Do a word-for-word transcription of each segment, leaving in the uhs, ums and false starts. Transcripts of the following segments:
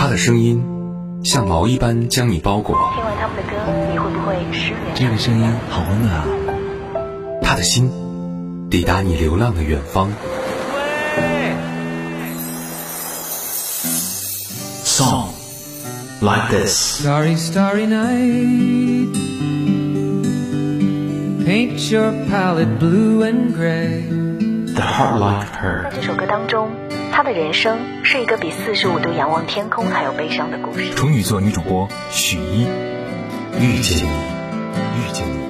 他的声音像毛衣般将你包裹， 听完他们的歌，你会不会失眠？ 这个声音好温暖啊。 他的心抵达你流浪的远方。 Song like this. Starry, starry night. Paint your palette blue and gray. The heart like 在 her. 这首歌当中，他的人生是一个比四十五度仰望天空还要悲伤的故事。 处女座女主播许一，遇见你，遇见你。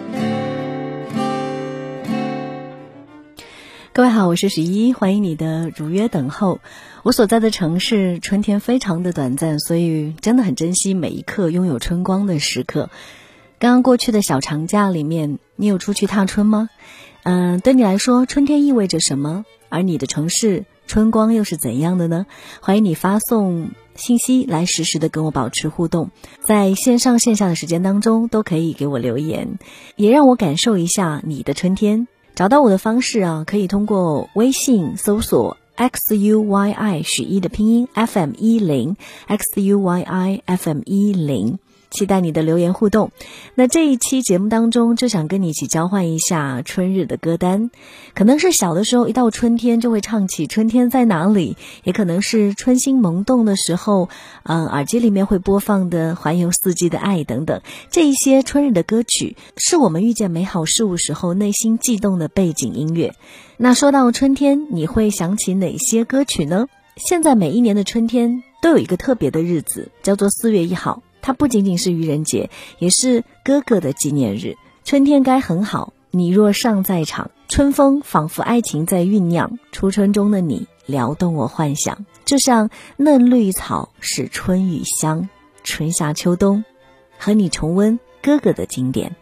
各位好，我是许一，欢迎你的如约等候。我所在的城市春天非常的短暂，所以真的很珍惜每一刻拥有春光的时刻。刚刚过去的小长假里面，你有出去踏春吗？嗯、呃，对你来说春天意味着什么？而你的城市春光又是怎样的呢？欢迎你发送信息来实时的跟我保持互动，在线上线下的时间当中都可以给我留言，也让我感受一下你的春天。找到我的方式啊，可以通过微信搜索 X U Y I 许一的拼音 F M 一零 X U Y I F M 一零，期待你的留言互动。那这一期节目当中就想跟你一起交换一下春日的歌单，可能是小的时候一到春天就会唱起春天在哪里，也可能是春心萌动的时候嗯，耳机里面会播放的环游四季的爱等等，这一些春日的歌曲是我们遇见美好事物时候内心悸动的背景音乐。那说到春天，你会想起哪些歌曲呢？现在每一年的春天都有一个特别的日子，叫做四月一号，它不仅仅是愚人节，也是哥哥的纪念日。春天该很好，你若尚在场，春风仿佛爱情在酝酿，初春中的你撩动我幻想，就像嫩绿草使春雨香，春夏秋冬和你重温哥哥的经典。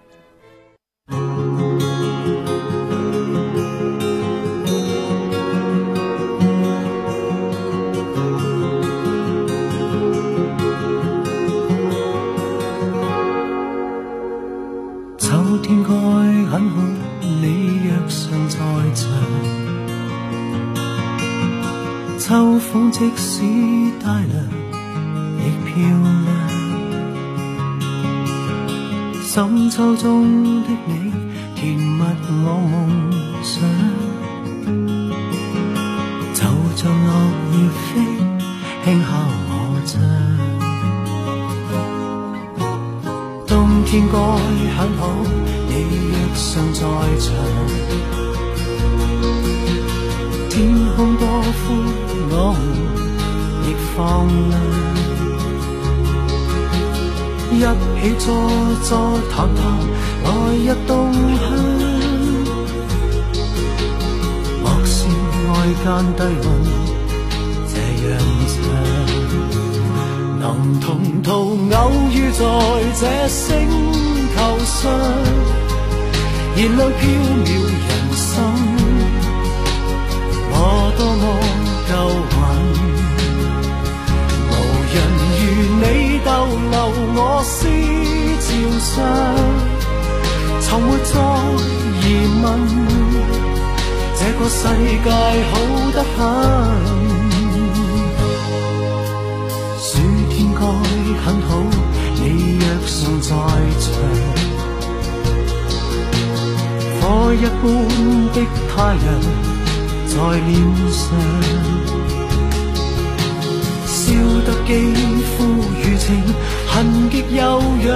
秋天該很好，你若尚在場，秋風即使帶涼亦漂亮，深秋中的你甜蜜我夢想，就像落葉飛輕敲我窗，冬天該很好，你若尚在場，天空多寬，我們亦放亮，一起坐坐談談，來日動向，莫說愛間低溫，這樣長，能同途偶遇在這星球上，燃亮飄渺人生，我多麼夠運，無人如你逗留我思潮上，從沒再疑問，這個世界好得很，暑天該很好，你若尚在場，火一般的太陽在臉上，燒得肌膚如情，痕極悠揚，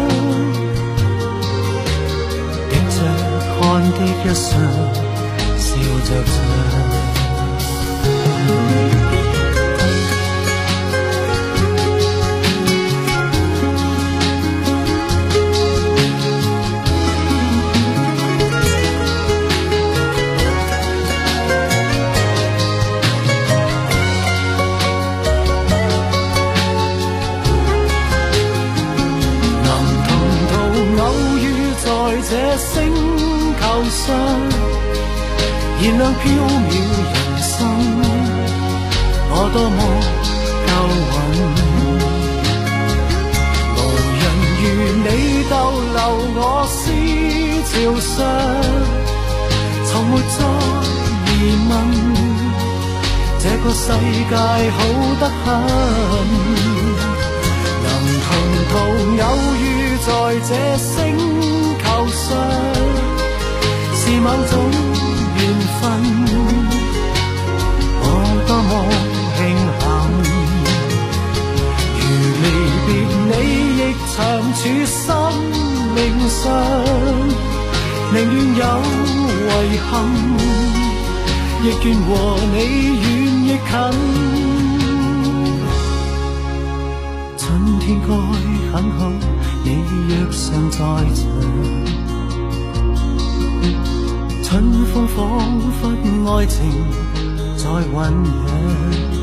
滴着汗的一雙，笑着唱。這星球上，燃亮飄渺人生，我多麼夠運，無人如你逗留我思潮上，從沒再疑問，這個世界好得很。 偶遇在这星球上，是某种缘分，我多麼慶幸。如離別你亦長處生命上，寧願有遺憾，亦願和你遠亦近。春天該很好，你若尚在場，春風彷彿愛情在醖釀。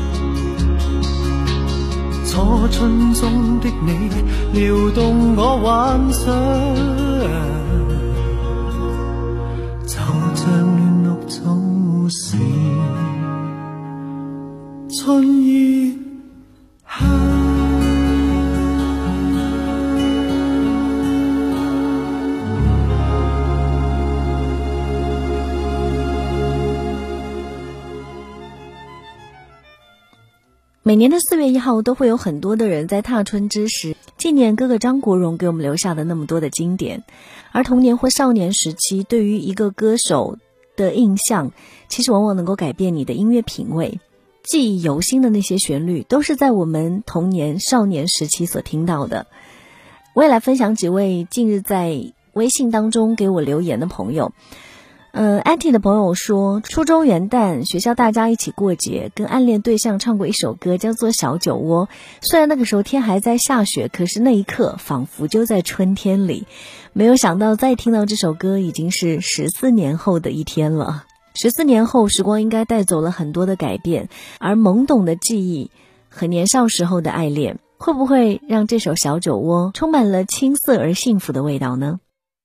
初春中的你撩動我幻想，就像亂綠早時春意香。 每年的四月一号都会有很多的人在踏春之时纪念哥哥张国荣给我们留下的那么多的经典，而童年或少年时期对于一个歌手的印象其实往往能够改变你的音乐品味。记忆犹新的那些旋律都是在我们童年少年时期所听到的。我也来分享几位近日在微信当中给我留言的朋友。嗯，安迪的朋友说，初中元旦学校大家一起过节，跟暗恋对象唱过一首歌叫做《小酒窝》。虽然那个时候天还在下雪，可是那一刻仿佛就在春天里。没有想到再听到这首歌已经是十四年后的一天了。十四年后，时光应该带走了很多的改变，而懵懂的记忆和年少时候的爱恋，会不会让这首《小酒窝》充满了青涩而幸福的味道呢？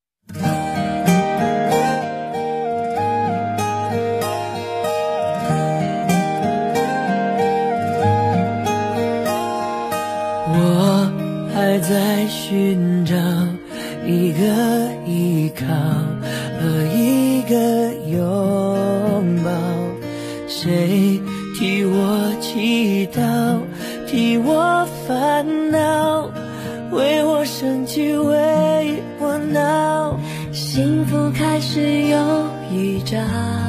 还在寻找一个依靠和一个拥抱，谁替我祈祷，替我烦恼，为我生气，为我闹。幸福开始有预兆，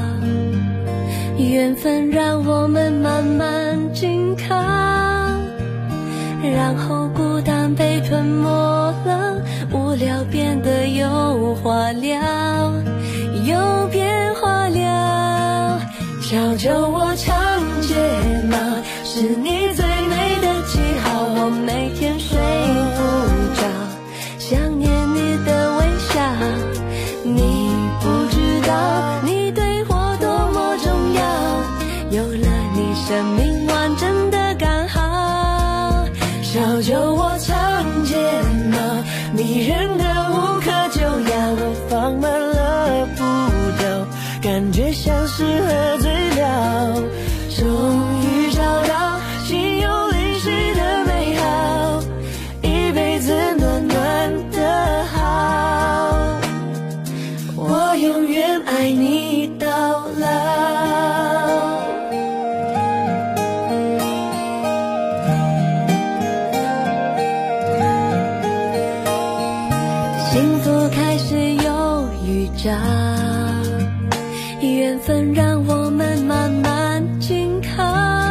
缘分让我们慢慢紧靠，然后孤单被吞没了，无聊变得有话聊，有变化了。小酒窝长睫毛，是你最美的记号，我每天睡不着，想念你的微笑。你不知道你对我多么重要，有了你生命完整的刚好。小酒窝长睫毛，迷人的无可救药，我放慢了步调，感觉像是喝醉了，终于找到心有灵犀的美好，一辈子暖暖的好，我永远爱你到老。幸福开始有预兆，缘分让我们慢慢紧靠，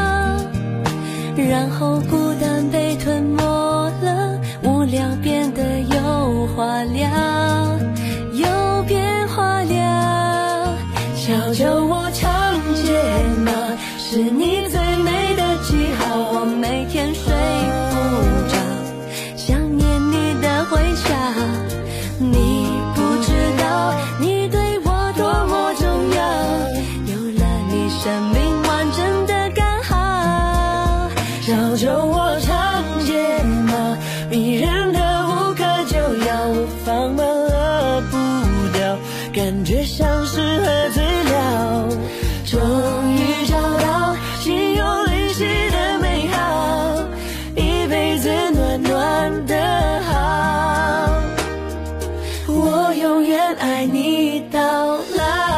然后孤单被吞没了，无聊变得有话聊，有变化了。小酒窝长睫毛，是你最美的记号，我每天睡不着，想念你的微笑。你不知道你对我多么重要，有了你生命完整的刚好。小酒窝长睫毛，迷人的无可救药，我放慢了步调，感觉像是喝醉了，终于找到心有灵犀的美好，一辈子暖暖的好，我永远爱你到老。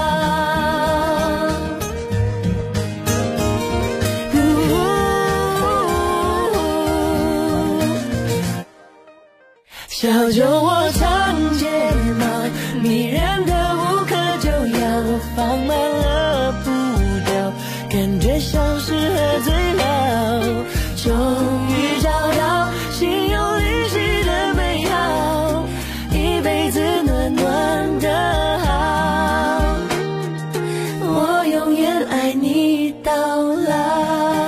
小酒窝长睫毛，迷人的无可救药，放慢了步调，感觉像是喝醉了，终于找到心有灵犀的美好，一辈子暖暖的好，我永远爱你到老。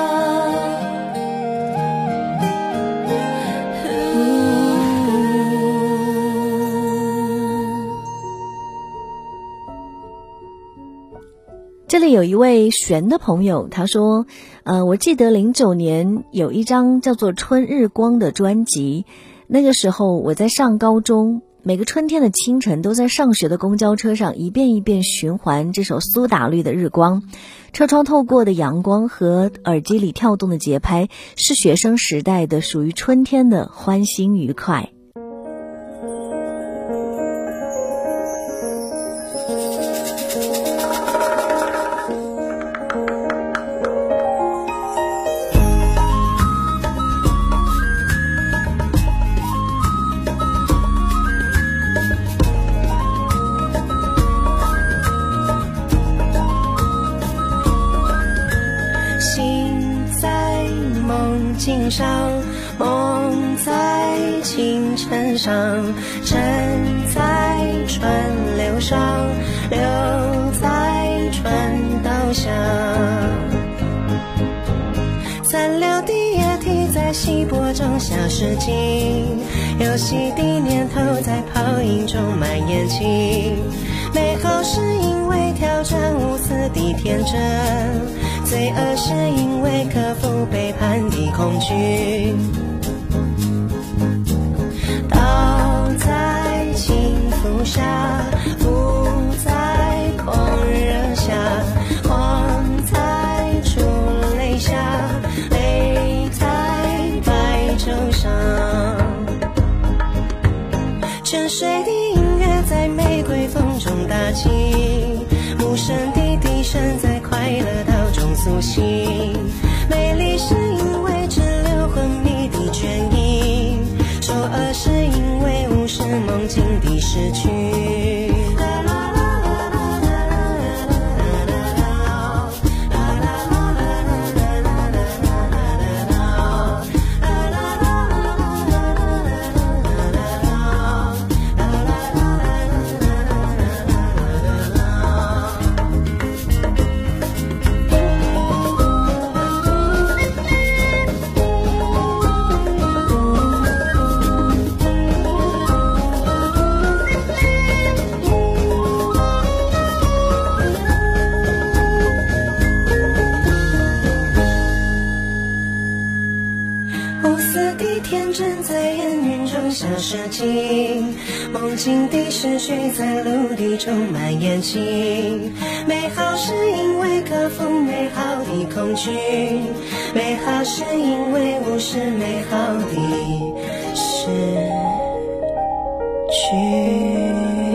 这里有一位玄的朋友，他说呃，我记得零九年有一张叫做《春日光》的专辑，那个时候我在上高中，每个春天的清晨都在上学的公交车上一遍一遍循环这首苏打绿的《日光》，车窗透过的阳光和耳机里跳动的节拍，是学生时代的属于春天的欢欣愉快。 心上，梦在清晨上，沉在川流上，留在川道下。残留的液体在稀薄中消失尽，游戏的念头在泡影中蔓延起。美好是因为挑战无私的天真，罪恶是因为克服背叛的恐惧。倒在幸福下，浮在狂热下，慌在出泪下，泪在白昼上。沉睡的音乐在玫瑰风中打起，无声的笛声在快乐道中苏醒。美丽是因为只留昏迷的倦意，丑恶是因为无视梦境的失去。消失尽，梦境的思绪在陆地中蔓延起。美好是因为克服美好的恐惧，美好是因为无视美好的失去。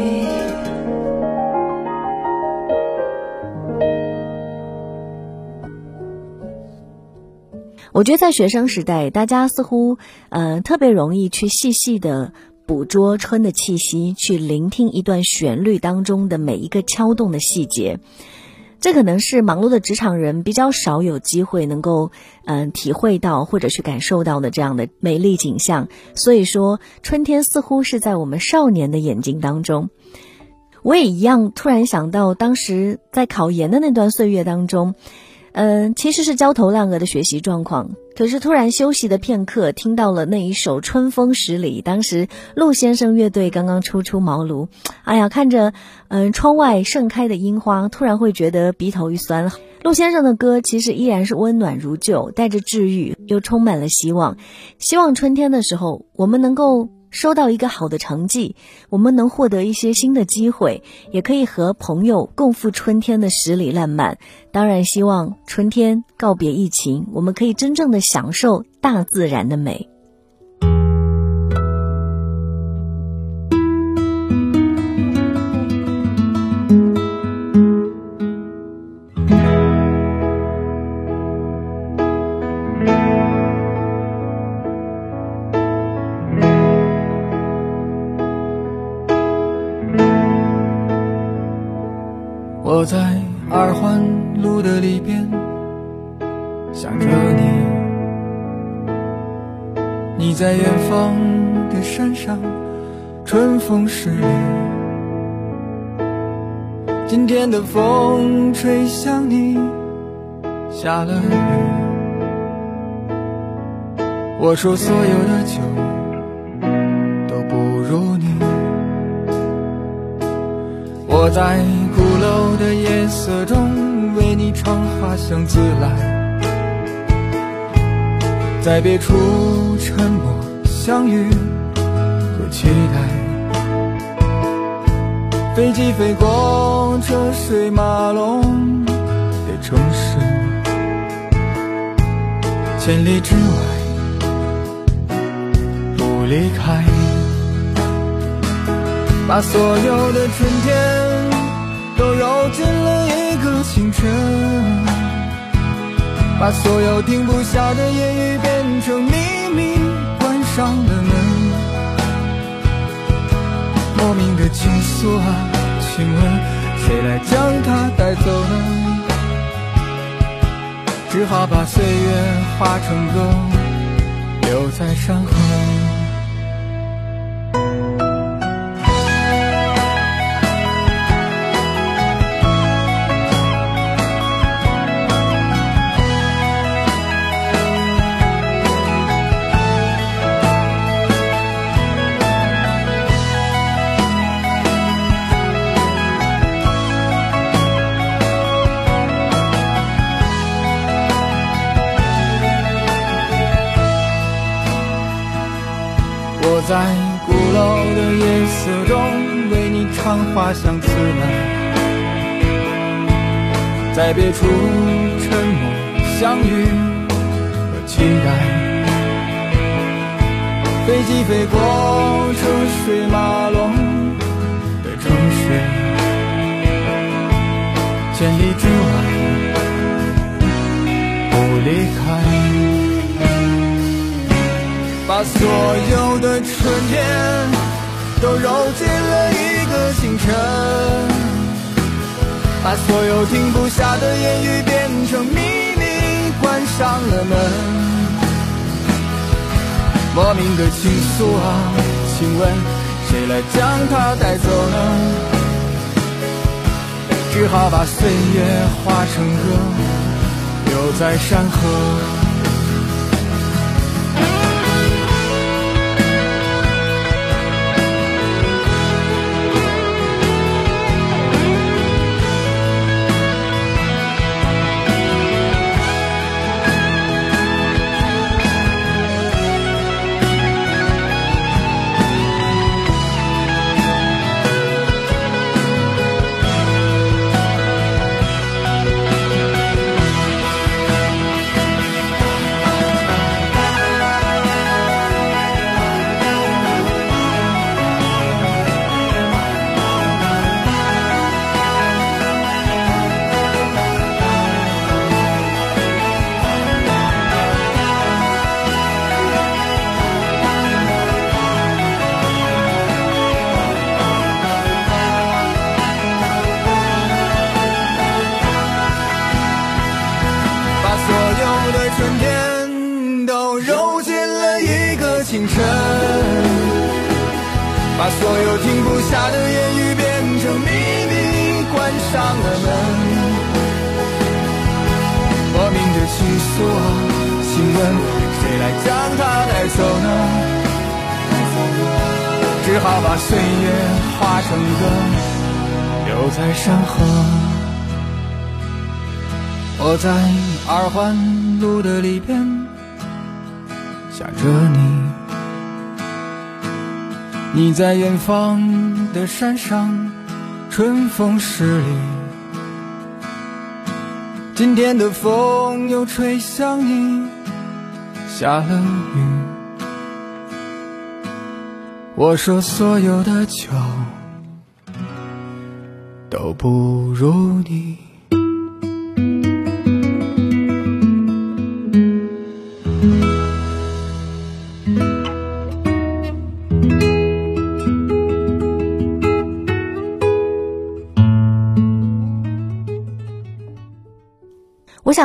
我觉得在学生时代，大家似乎呃特别容易去细细的捕捉春的气息，去聆听一段旋律当中的每一个敲动的细节。这可能是忙碌的职场人比较少有机会能够嗯、呃、体会到或者去感受到的这样的美丽景象。所以说，春天似乎是在我们少年的眼睛当中。我也一样突然想到，当时在考研的那段岁月当中，嗯，其实是焦头烂额的学习状况，可是突然休息的片刻，听到了那一首《春风十里》，当时陆先生乐队刚刚初出茅庐，哎呀，看着嗯窗外盛开的樱花，突然会觉得鼻头一酸。陆先生的歌其实依然是温暖如旧，带着治愈，又充满了希望。希望春天的时候，我们能够收到一个好的成绩，我们能获得一些新的机会，也可以和朋友共赴春天的十里烂漫。当然希望春天告别疫情，我们可以真正的享受大自然的美。 我在二环路的里边想着你，你在远方的山上，春风十里。今天的风吹向你，下了雨。我说所有的酒都不如你。我在鼓楼的夜色中为你唱花香自来，在别处沉默相遇和期待。飞机飞过车水马龙的城市，千里之外不离开，把所有的春天都揉进了一个清晨，把所有停不下的言语变成秘密，关上了门。莫名的情愫啊，请问谁来将它带走呢？只好把岁月化成歌，留在山河。我在鼓楼的夜色中为你唱花香自来，在别处沉默相遇和期待。飞机飞过车水马龙的城市，千里之外不离开，把所有的春天都揉进了一个清晨，把所有停不下的言语变成秘密，关上了门。莫名的情愫啊，请问谁来将它带走呢？只好把岁月化成歌，留在山河。清晨，把所有停不下的言语变成秘密，关上了门。莫名的情愫啊，请问谁来将它带走呢？只好把岁月化成歌，留在山河。我在二环路的里边想着你，你在远方的山上，春风十里。今天的风又吹向你，下了雨。我说所有的酒都不如你。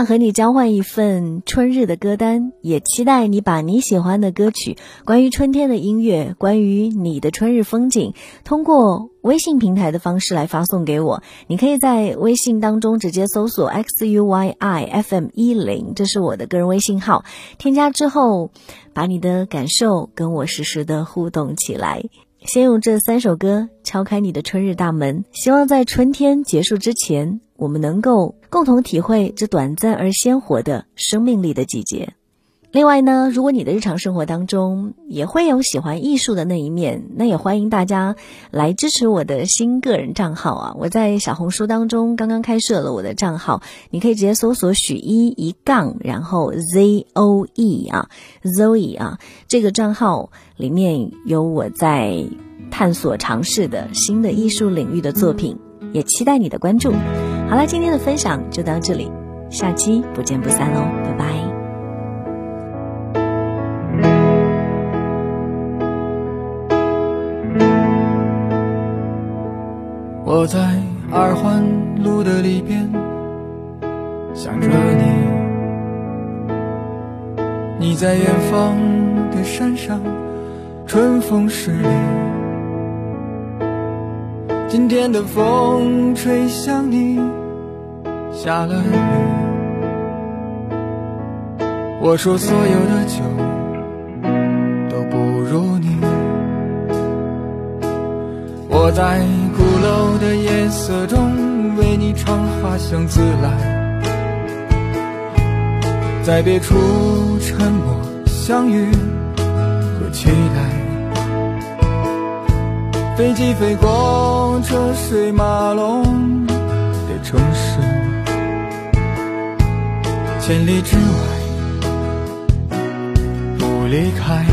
想和你交换一份春日的歌单，也期待你把你喜欢的歌曲，关于春天的音乐，关于你的春日风景，通过微信平台的方式来发送给我。你可以在微信当中直接搜索 X U Y I F M 一零，这是我的个人微信号，添加之后把你的感受跟我实时的互动起来。先用这三首歌敲开你的春日大门，希望在春天结束之前，我们能够共同体会这短暂而鲜活的生命力的季节。另外呢，如果你的日常生活当中也会有喜欢艺术的那一面，那也欢迎大家来支持我的新个人账号啊！我在小红书当中刚刚开设了我的账号，你可以直接搜索许一一杠，然后 Z O E 啊 Zoe 啊，这个账号里面有我在探索尝试的新的艺术领域的作品，也期待你的关注。好了，今天的分享就到这里，下期不见不散喽，拜拜。 我在二环路的里边想着你，你在远方的山上春风十里，今天的风吹向你，下了雨。我说所有的酒都不如你，我在鼓楼的夜色中为你唱花香自来，在别处沉默相遇和期待，飞机飞过车水马龙的城市，千里之外不离开，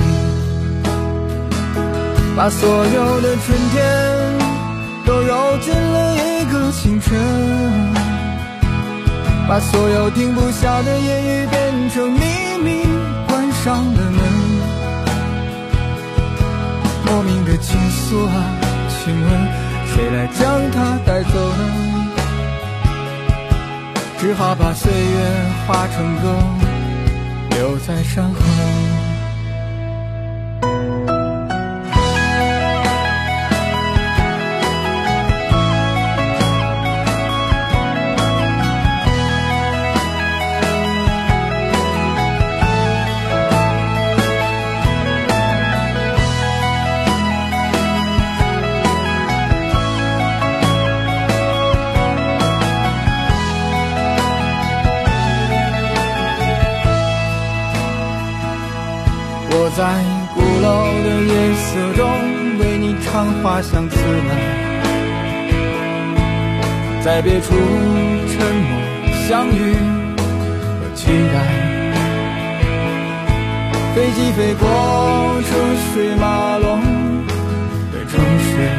把所有的春天都揉进了一个清晨，把所有停不下的言语变成秘密，关上了门。莫名的情愫啊，请问谁来将它带走呢？只好把岁月化成歌，留在山河。我在鼓楼的夜色中为你唱花香自来，在别处沉默相遇和期待，飞机飞过车水马龙的城市，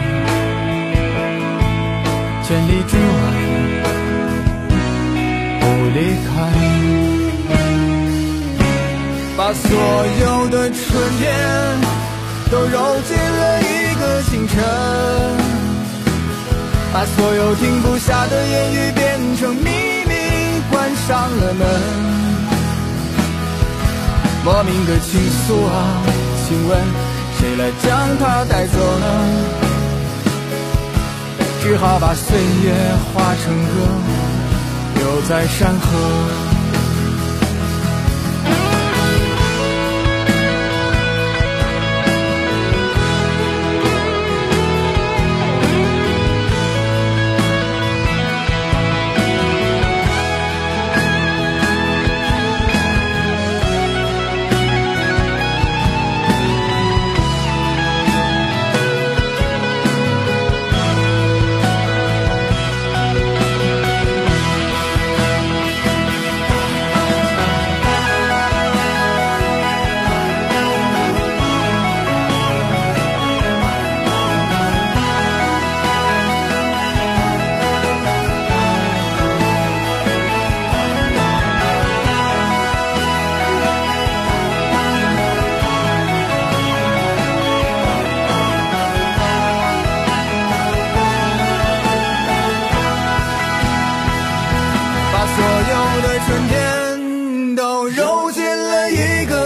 千里之外不离开，把所有的春天都揉进了一个清晨，把所有停不下的言语变成秘密，关上了门。莫名的情愫啊，请问谁来将它带走呢？只好把岁月化成歌，留在山河。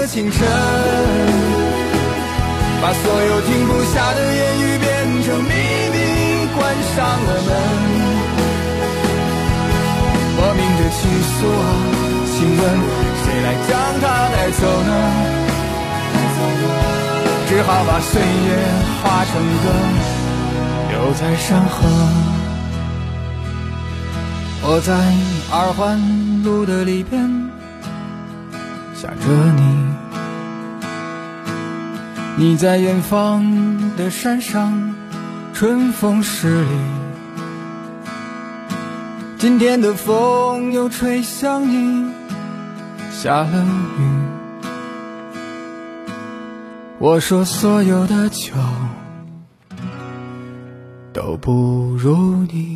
的清晨，把所有停不下的言语变成秘密，关上了门。莫名的情愫啊，请问谁来将它带走呢？只好把岁月化成歌，留在山河。我在二环路的里边想着你，你在远方的山上春风十里。今天的风又吹向你，下了雨。我说所有的酒都不如你。